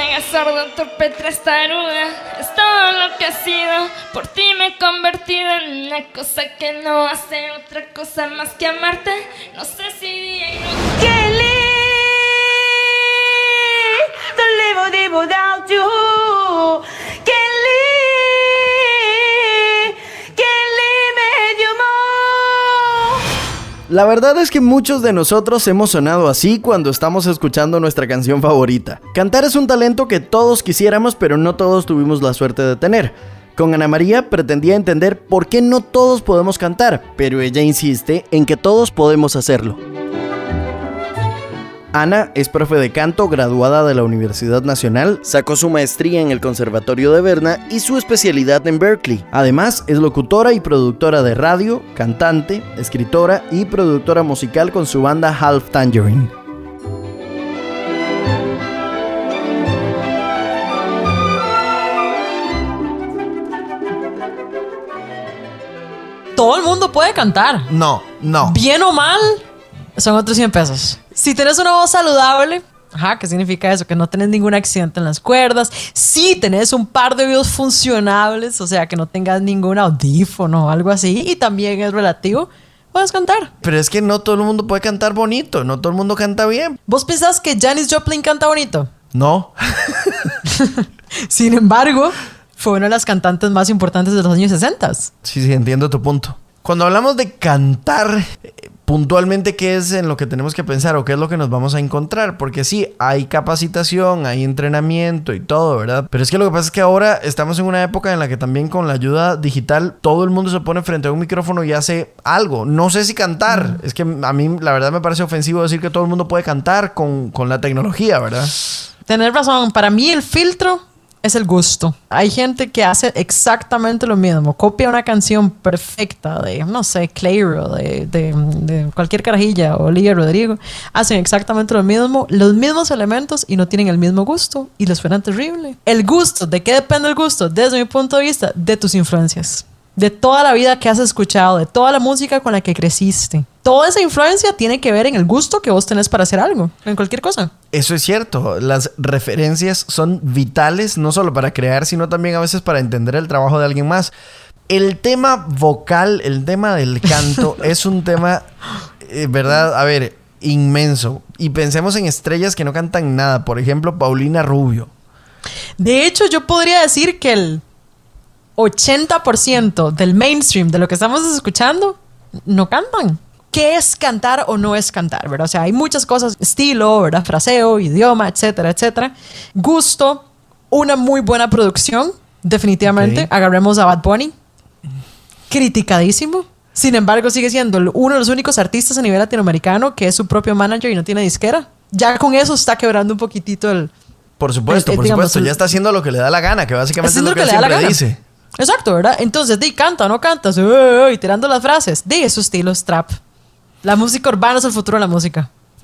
ciega, sorda, torpe, testaruda. Es todo lo que he sido. Por ti me he convertido en una cosa que no hace otra cosa más que amarte. No sé si día y noche. Can't live without you. Can't live medio more. La verdad es que muchos de nosotros hemos sonado así cuando estamos escuchando nuestra canción favorita. Cantar es un talento que todos quisiéramos, pero no todos tuvimos la suerte de tener. Con Ana María pretendía entender por qué no todos podemos cantar, pero ella insiste en que todos podemos hacerlo. Ana es profe de canto graduada de la Universidad Nacional, sacó su maestría en el Conservatorio de Berna y su especialidad en Berkeley. Además, es locutora y productora de radio, cantante, escritora y productora musical con su banda Half Tangerine. Todo el mundo puede cantar. No. Bien o mal, son otros 100 pesos. Si tenés una voz saludable, ¿qué significa eso? Que no tenés ningún accidente en las cuerdas. Si tenés un par de oídos funcionables, o sea, que no tengas ningún audífono o algo así, y también es relativo, puedes cantar. Pero es que no todo el mundo puede cantar bonito. No todo el mundo canta bien. ¿Vos pensás que Janis Joplin canta bonito? No. Sin embargo, fue una de las cantantes más importantes de los años 60. Sí, entiendo tu punto. Cuando hablamos de cantar, puntualmente, ¿qué es en lo que tenemos que pensar o qué es lo que nos vamos a encontrar? Porque sí, hay capacitación, hay entrenamiento y todo, ¿verdad? Pero es que lo que pasa es que ahora estamos en una época en la que también con la ayuda digital todo el mundo se pone frente a un micrófono y hace algo. No sé si cantar. Es que a mí la verdad me parece ofensivo decir que todo el mundo puede cantar con la tecnología, ¿verdad? Tenés razón. Para mí el filtro es el gusto. Hay gente que hace exactamente lo mismo. Copia una canción perfecta de, no sé, Clairo, de cualquier carajilla o Olivia Rodrigo. Hacen exactamente lo mismo, los mismos elementos y no tienen el mismo gusto y les suena terrible. El gusto, ¿de qué depende el gusto? Desde mi punto de vista, de tus influencias. De toda la vida que has escuchado, de toda la música con la que creciste. Toda esa influencia tiene que ver en el gusto que vos tenés para hacer algo, en cualquier cosa. Eso es cierto. Las referencias son vitales, no solo para crear, sino también a veces para entender el trabajo de alguien más. El tema vocal, el tema del canto, es un tema, ¿verdad? A ver, inmenso. Y pensemos en estrellas que no cantan nada. Por ejemplo, Paulina Rubio. De hecho, yo podría decir que el 80% del mainstream de lo que estamos escuchando no cantan. ¿Qué es cantar o no es cantar, verdad? O sea, hay muchas cosas, estilo, ¿verdad? Fraseo, idioma, etcétera, etcétera. Gusto, una muy buena producción, definitivamente. Okay. Agarremos a Bad Bunny. Criticadísimo. Sin embargo, sigue siendo uno de los únicos artistas a nivel latinoamericano que es su propio manager y no tiene disquera. Ya con eso está quebrando un poquitito el... Por supuesto, ya está haciendo lo que le da la gana, que básicamente es lo que él siempre dice. Exacto, ¿verdad? Entonces, canta o no cantas, y tirando las frases. Su estilo es trap. La música urbana es el futuro de la música.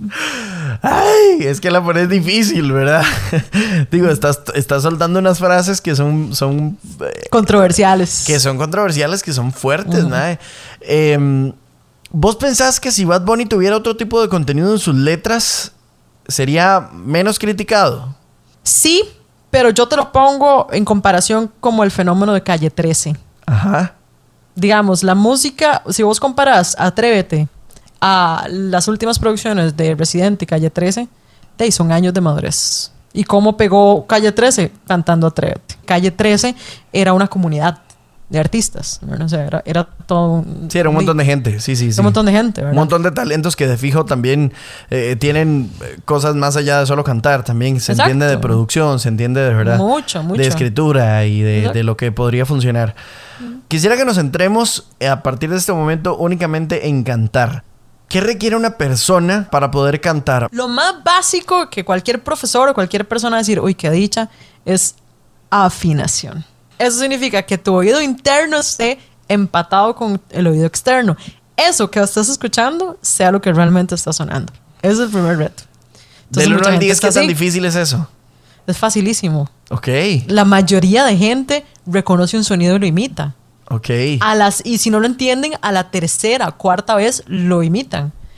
Ay, es que la pones difícil, ¿verdad? Digo, estás soltando unas frases que son controversiales. Que son controversiales, que son fuertes, ¿no? ¿Vos pensás que si Bad Bunny tuviera otro tipo de contenido en sus letras, sería menos criticado? Sí, pero yo te lo pongo en comparación como el fenómeno de Calle 13. Ajá. Digamos, la música, si vos comparas Atrévete a las últimas producciones de Residente y Calle 13, son años de madurez. ¿Y cómo pegó Calle 13? Cantando Atrévete. Calle 13 era una comunidad de artistas, ¿verdad? O sea, era todo... Sí, era un montón de gente. Sí. Un montón de gente, ¿verdad? Un montón de talentos que de fijo también tienen cosas más allá de solo cantar. También se entiende de producción, se entiende de verdad. Mucho. De escritura y de lo que podría funcionar. Quisiera que nos centremos a partir de este momento únicamente en cantar. ¿Qué requiere una persona para poder cantar? Lo más básico que cualquier profesor o cualquier persona va a decir, uy, qué dicha, es afinación. Eso significa que tu oído interno esté empatado con el oído externo. Eso que estás escuchando sea lo que realmente está sonando. Ese es el primer reto. Del 1 al 10, ¿qué tan difícil es eso? Es facilísimo. Ok. La mayoría de gente reconoce un sonido y lo imita. Ok. Y si no lo entienden, a la tercera, cuarta vez lo imitan.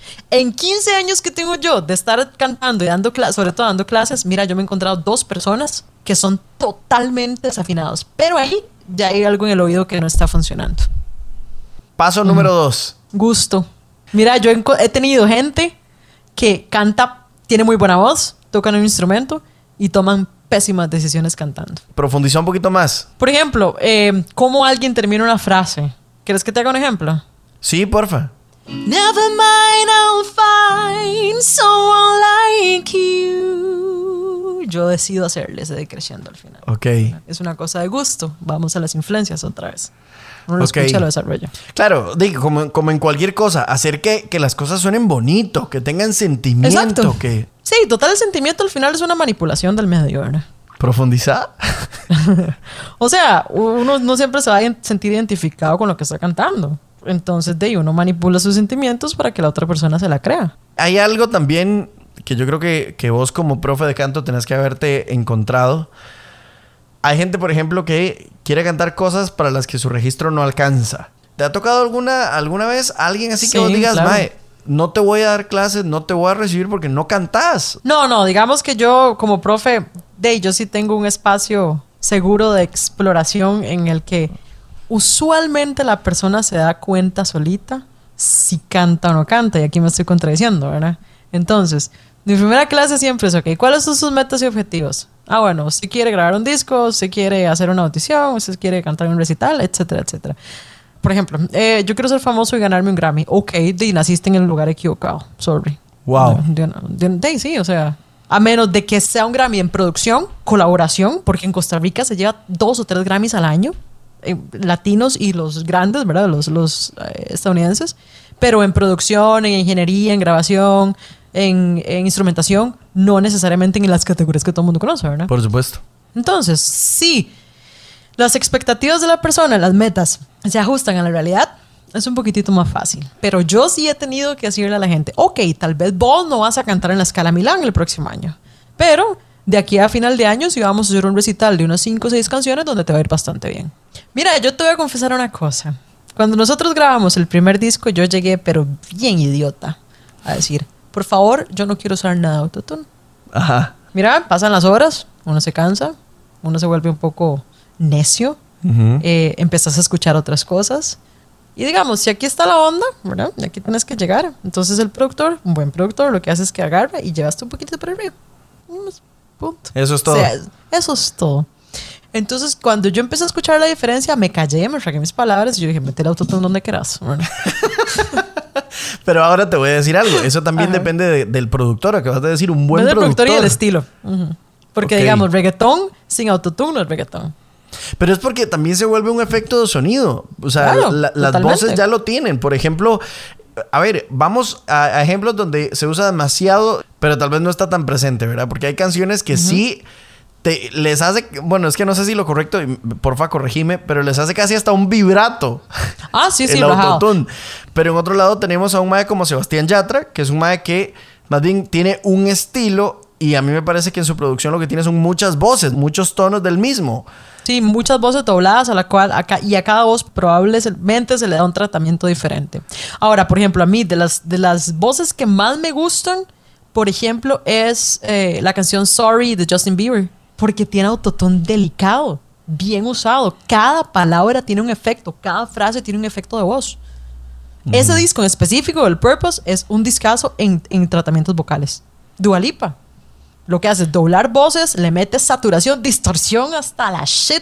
En 15 años que tengo yo de estar cantando y dando clases, sobre todo dando clases, mira, yo me he encontrado 2 personas que son totalmente desafinados. Pero ahí ya hay algo en el oído que no está funcionando. Paso número 2. Gusto. Mira, yo he tenido gente que canta, tiene muy buena voz, tocan un instrumento y toman pésimas decisiones cantando. Profundiza un poquito más. Por ejemplo, ¿cómo alguien termina una frase? ¿Quieres que te haga un ejemplo? Sí, porfa. Never mind, I'll find someone like you. Yo decido hacerle ese decreciendo al final. Ok. Es una cosa de gusto. Vamos a las influencias otra vez. Uno lo Ok. escucha, lo desarrolla. Claro, como en cualquier cosa, hacer que las cosas suenen bonito, que tengan sentimiento, Exacto. que... Sí, total, el sentimiento al final es una manipulación del medio, ¿verdad? ¿Profundizar? O sea, uno no siempre se va a sentir identificado con lo que está cantando. Entonces, uno manipula sus sentimientos para que la otra persona se la crea. Hay algo también que yo creo que vos como profe de canto tenés que haberte encontrado. Hay gente, por ejemplo, que quiere cantar cosas para las que su registro no alcanza. ¿Te ha tocado alguna vez alguien así que Sí, vos digas, claro. mae, no te voy a dar clases, no te voy a recibir porque no cantás? No, digamos que yo como profe, yo sí tengo un espacio seguro de exploración en el que usualmente la persona se da cuenta solita si canta o no canta. Y aquí me estoy contradiciendo, ¿verdad? Entonces, mi primera clase siempre es, ok, ¿cuáles son sus metas y objetivos? Ah, bueno, usted quiere grabar un disco, usted quiere hacer una audición, usted quiere cantar en un recital, etcétera, etcétera. Por ejemplo, yo quiero ser famoso y ganarme un Grammy. Ok, naciste en el lugar equivocado. Sorry. Wow. Sí, o sea, a menos de que sea un Grammy en producción, colaboración, porque en Costa Rica se lleva 2 o 3 Grammys al año, latinos y los grandes, ¿verdad? Los estadounidenses. Pero en producción, en ingeniería, en grabación, en instrumentación, no necesariamente en las categorías que todo el mundo conoce, ¿verdad? Por supuesto. Entonces, sí, las expectativas de la persona, las metas, se ajustan a la realidad, es un poquitito más fácil. Pero yo sí he tenido que decirle a la gente, ok, tal vez vos no vas a cantar en la Scala Milán el próximo año, pero de aquí a final de año sí vamos a hacer un recital de unas 5 o 6 canciones donde te va a ir bastante bien. Mira, yo te voy a confesar una cosa. Cuando nosotros grabamos el primer disco, yo llegué, pero bien idiota, a decir, por favor, yo no quiero usar nada de autotune. Ajá. Mira, pasan las horas, uno se cansa, uno se vuelve un poco necio, empezás a escuchar otras cosas. Y digamos, si aquí está la onda, ¿verdad? Y aquí tienes que llegar. Entonces el productor, un buen productor, lo que hace es que agarra y llevaste un poquito para arriba. Punto. Eso es todo. O sea, eso es todo. Entonces, cuando yo empecé a escuchar la diferencia, me callé, me tragué mis palabras y yo dije, mete el autotune donde quieras. ¿Verdad? Pero ahora te voy a decir algo. Eso también Ajá. depende del productor. Acabas de decir un buen Del productor. productor y del estilo. Ujú. Porque, Ok. digamos, reggaetón sin autotune no es reggaetón. Pero es porque también se vuelve un efecto de sonido. O sea, Claro, las totalmente. voces ya lo tienen. Por ejemplo, a ver, vamos a ejemplos donde se usa demasiado, pero tal vez no está tan presente, ¿verdad? Porque hay canciones que sí les hace... Bueno, es que no sé si lo correcto, y porfa, corregime, pero les hace casi hasta un vibrato. Ah, sí, el rajado. autotune. Pero en otro lado tenemos a un mae como Sebastián Yatra, que es un mae que más bien tiene un estilo y a mí me parece que en su producción lo que tiene son muchas voces, muchos tonos del mismo. Sí, muchas voces dobladas a la cual y a cada voz probablemente se le da un tratamiento diferente. Ahora, por ejemplo, a mí de las voces que más me gustan, por ejemplo, es la canción Sorry de Justin Bieber, porque tiene autotune delicado, bien usado. Cada palabra tiene un efecto, cada frase tiene un efecto de voz. Ese disco en específico, el Purpose, es un discazo en tratamientos vocales. Dua Lipa. Lo que hace es doblar voces, le mete saturación, distorsión hasta la shit,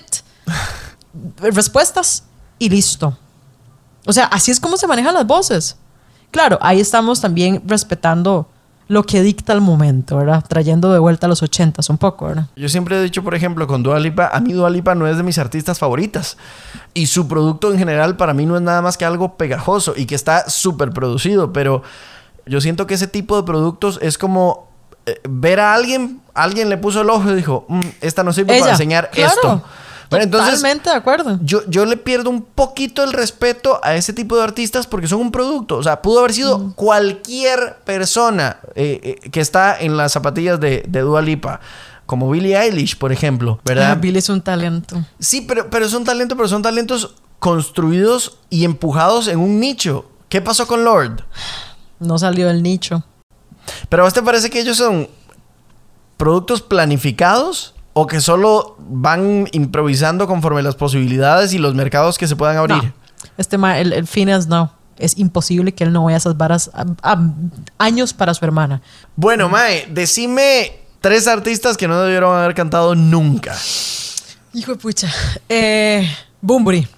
respuestas y listo. O sea, así es como se manejan las voces. Claro, ahí estamos también respetando lo que dicta el momento, ¿verdad? Trayendo de vuelta a los 80s un poco, ¿verdad? Yo siempre he dicho, por ejemplo, con Dua Lipa, a mí Dua Lipa no es de mis artistas favoritas. Y su producto en general para mí no es nada más que algo pegajoso y que está súper producido. Pero yo siento que ese tipo de productos es como ver a alguien le puso el ojo y dijo, esta no sirve para enseñar claro, esto. Bueno, entonces, totalmente de acuerdo. yo le pierdo un poquito el respeto a ese tipo de artistas porque son un producto. O sea, pudo haber sido cualquier persona que está en las zapatillas de Dua Lipa. Como Billie Eilish, por ejemplo, ¿verdad? Ah, Billie es un talento. Sí, pero son talentos construidos y empujados en un nicho. ¿Qué pasó con Lorde? No salió del nicho. ¿Pero a vos te parece que ellos son productos planificados o que solo van improvisando conforme las posibilidades y los mercados que se puedan abrir? No. El Phineas no. Es imposible que él no vea esas varas años para su hermana. Bueno, mae, decime 3 artistas que no debieron haber cantado nunca. Hijo de pucha. Bunbury.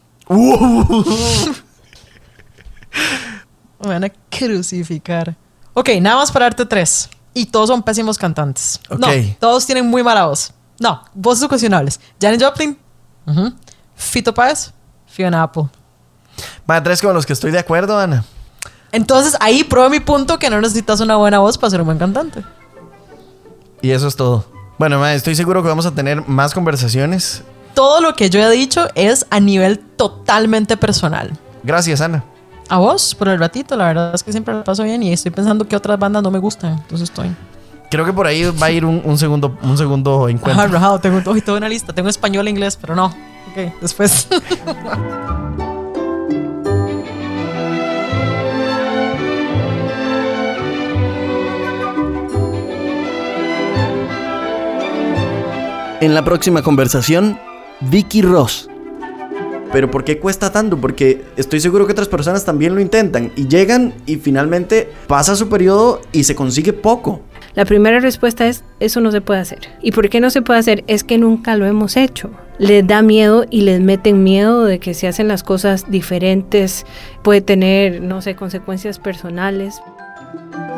Me van a crucificar. Ok, nada más para darte 3. Y todos son pésimos cantantes. Ok. No, todos tienen muy mala voz. No, voces ocasionales. Janis Joplin. Fito Páez. Fiona Apple. Mae, 3 con los que estoy de acuerdo, Ana. Entonces ahí pruebo mi punto que no necesitas una buena voz para ser un buen cantante. Y eso es todo. Bueno, mae, estoy seguro que vamos a tener más conversaciones. Todo lo que yo he dicho es a nivel totalmente personal. Gracias, Ana. A vos, por el ratito, la verdad es que siempre lo paso bien y estoy pensando que otras bandas no me gustan. Entonces estoy... Creo que por ahí va a ir un segundo encuentro. Ajá, rajado. Tengo una lista. Tengo español e inglés, pero no. Ok, después. En la próxima conversación, Vicky Ross. ¿Pero por qué cuesta tanto? Porque estoy seguro que otras personas también lo intentan y llegan y finalmente pasa su periodo y se consigue poco. La primera respuesta es, eso no se puede hacer. ¿Y por qué no se puede hacer? Es que nunca lo hemos hecho. Les da miedo y les meten miedo de que si hacen las cosas diferentes puede tener, no sé, consecuencias personales.